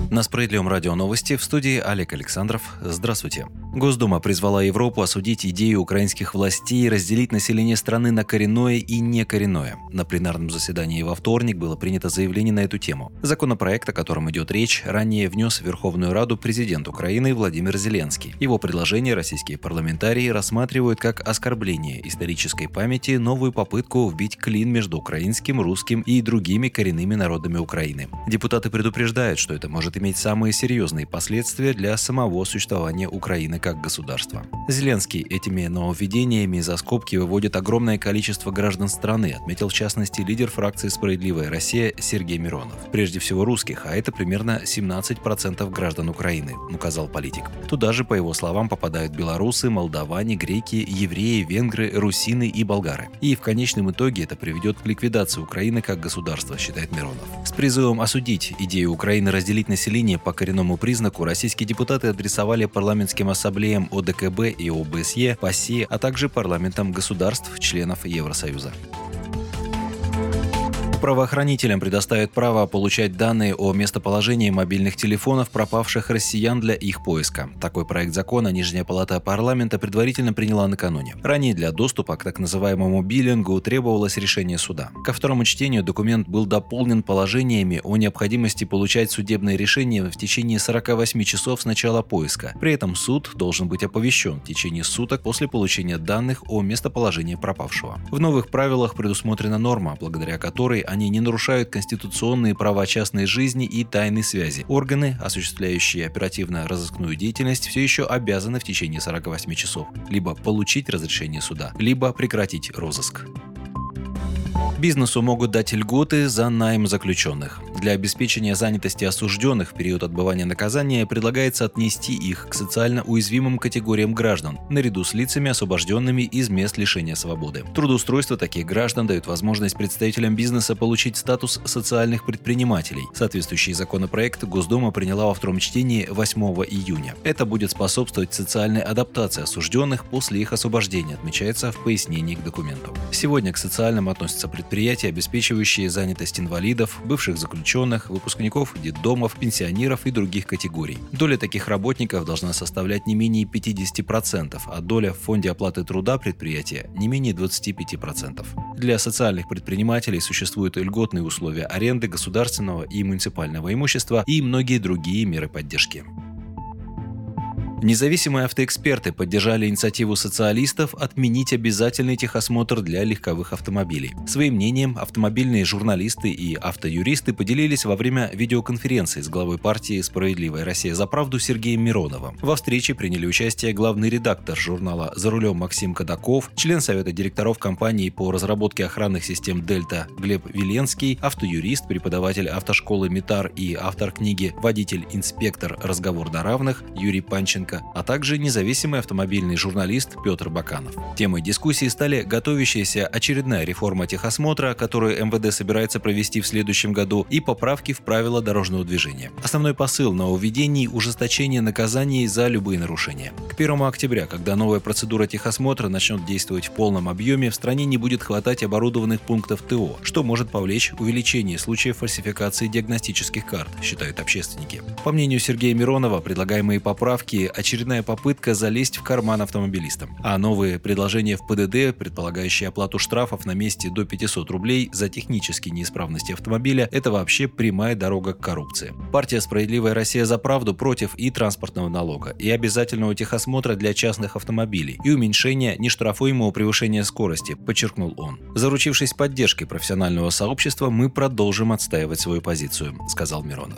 На Справедливом радио новости, в студии Олег Александров. Здравствуйте. Госдума призвала Европу осудить идею украинских властей разделить население страны на коренное и некоренное. На пленарном заседании во вторник было принято заявление на эту тему. Законопроект, о котором идет речь, ранее внес в Верховную Раду президент Украины Владимир Зеленский. Его предложение российские парламентарии рассматривают как оскорбление исторической памяти, новую попытку вбить клин между украинским, русским и другими коренными народами Украины. Депутаты предупреждают, что это может иметь самые серьезные последствия для самого существования Украины как государства. Зеленский этими нововведениями за скобки выводит огромное количество граждан страны, отметил в частности лидер фракции «Справедливая Россия» Сергей Миронов. Прежде всего русских, а это примерно 17% граждан Украины, указал политик. Туда же, по его словам, попадают белорусы, молдаване, греки, евреи, венгры, русины и болгары. И в конечном итоге это приведет к ликвидации Украины как государства, считает Миронов. С призывом осудить идею Украины разделить население по коренному признаку российские депутаты адресовали парламентским ассамблеям ОДКБ и ОБСЕ, ПАСЕ, а также парламентам государств-членов Евросоюза. Правоохранителям предоставят право получать данные о местоположении мобильных телефонов пропавших россиян для их поиска. Такой проект закона Нижняя палата парламента предварительно приняла накануне. Ранее для доступа к так называемому биллингу требовалось решение суда. Ко второму чтению документ был дополнен положениями о необходимости получать судебные решения в течение 48 часов с начала поиска. При этом суд должен быть оповещен в течение суток после получения данных о местоположении пропавшего. В новых правилах предусмотрена норма, благодаря которой они не нарушают конституционные права частной жизни и тайной связи. Органы, осуществляющие оперативно-розыскную деятельность, все еще обязаны в течение 48 часов либо получить разрешение суда, либо прекратить розыск. Бизнесу могут дать льготы за найм заключенных. Для обеспечения занятости осужденных в период отбывания наказания предлагается отнести их к социально уязвимым категориям граждан, наряду с лицами, освобожденными из мест лишения свободы. Трудоустройство таких граждан дает возможность представителям бизнеса получить статус социальных предпринимателей. Соответствующий законопроект Госдума приняла во втором чтении 8 июня. Это будет способствовать социальной адаптации осужденных после их освобождения, отмечается в пояснении к документу. Сегодня к социальным относятся предприятия, обеспечивающие занятость инвалидов, бывших заключенных, выпускников детдомов, пенсионеров и других категорий. Доля таких работников должна составлять не менее 50%, а доля в фонде оплаты труда предприятия не менее 25%. Для социальных предпринимателей существуют льготные условия аренды государственного и муниципального имущества и многие другие меры поддержки. Независимые автоэксперты поддержали инициативу социалистов отменить обязательный техосмотр для легковых автомобилей. Своим мнением автомобильные журналисты и автоюристы поделились во время видеоконференции с главой партии «Справедливая Россия за правду» Сергеем Мироновым. Во встрече приняли участие главный редактор журнала «За рулем» Максим Кадаков, член Совета директоров компании по разработке охранных систем «Дельта» Глеб Веленский, автоюрист, преподаватель автошколы «Митар» и автор книги «Водитель-инспектор. Разговор на равных» Юрий Панченко, а также независимый автомобильный журналист Петр Баканов. Темой дискуссии стали готовящаяся очередная реформа техосмотра, которую МВД собирается провести в следующем году, и поправки в правила дорожного движения. Основной посыл нововведений – ужесточение наказаний за любые нарушения. К 1 октября, когда новая процедура техосмотра начнет действовать в полном объеме, в стране не будет хватать оборудованных пунктов ТО, что может повлечь увеличение случаев фальсификации диагностических карт, считают общественники. По мнению Сергея Миронова, предлагаемые поправки – очередная попытка залезть в карман автомобилистам. А новые предложения в ПДД, предполагающие оплату штрафов на месте до 500 рублей за технические неисправности автомобиля, это вообще прямая дорога к коррупции. Партия «Справедливая Россия за правду» против и транспортного налога, и обязательного техосмотра для частных автомобилей, и уменьшения нештрафуемого превышения скорости, подчеркнул он. Заручившись поддержкой профессионального сообщества, мы продолжим отстаивать свою позицию, сказал Миронов.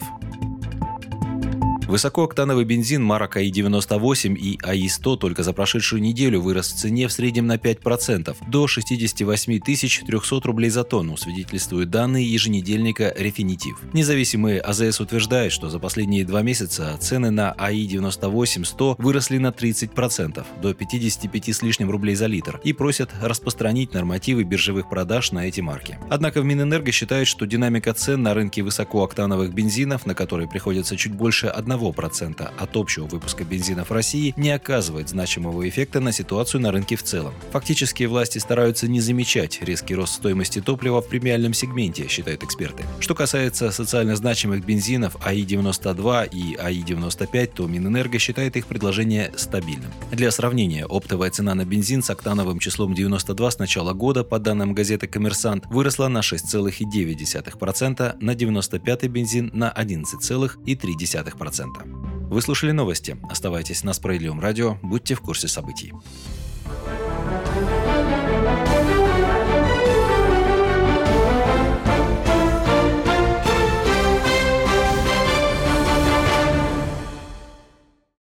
Высокооктановый бензин марок АИ-98 и АИ-100 только за прошедшую неделю вырос в цене в среднем на 5%, до 68 300 рублей за тонну, свидетельствуют данные еженедельника «Рефинитив». Независимые АЗС утверждают, что за последние 2 месяца цены на АИ-98-100 выросли на 30%, до 55 с лишним рублей за литр, и просят распространить нормативы биржевых продаж на эти марки. Однако в Минэнерго считают, что динамика цен на рынке высокооктановых бензинов, на которые приходится чуть больше 1 1% от общего выпуска бензина в России не оказывает значимого эффекта на ситуацию на рынке в целом. Фактически власти стараются не замечать резкий рост стоимости топлива в премиальном сегменте, считают эксперты. Что касается социально значимых бензинов АИ-92 и АИ-95, то Минэнерго считает их предложение стабильным. Для сравнения, оптовая цена на бензин с октановым числом 92 с начала года, по данным газеты «Коммерсант», выросла на 6,9%, на 95-й бензин на 11,3%. Вы слушали новости. Оставайтесь на Справедливом радио, будьте в курсе событий.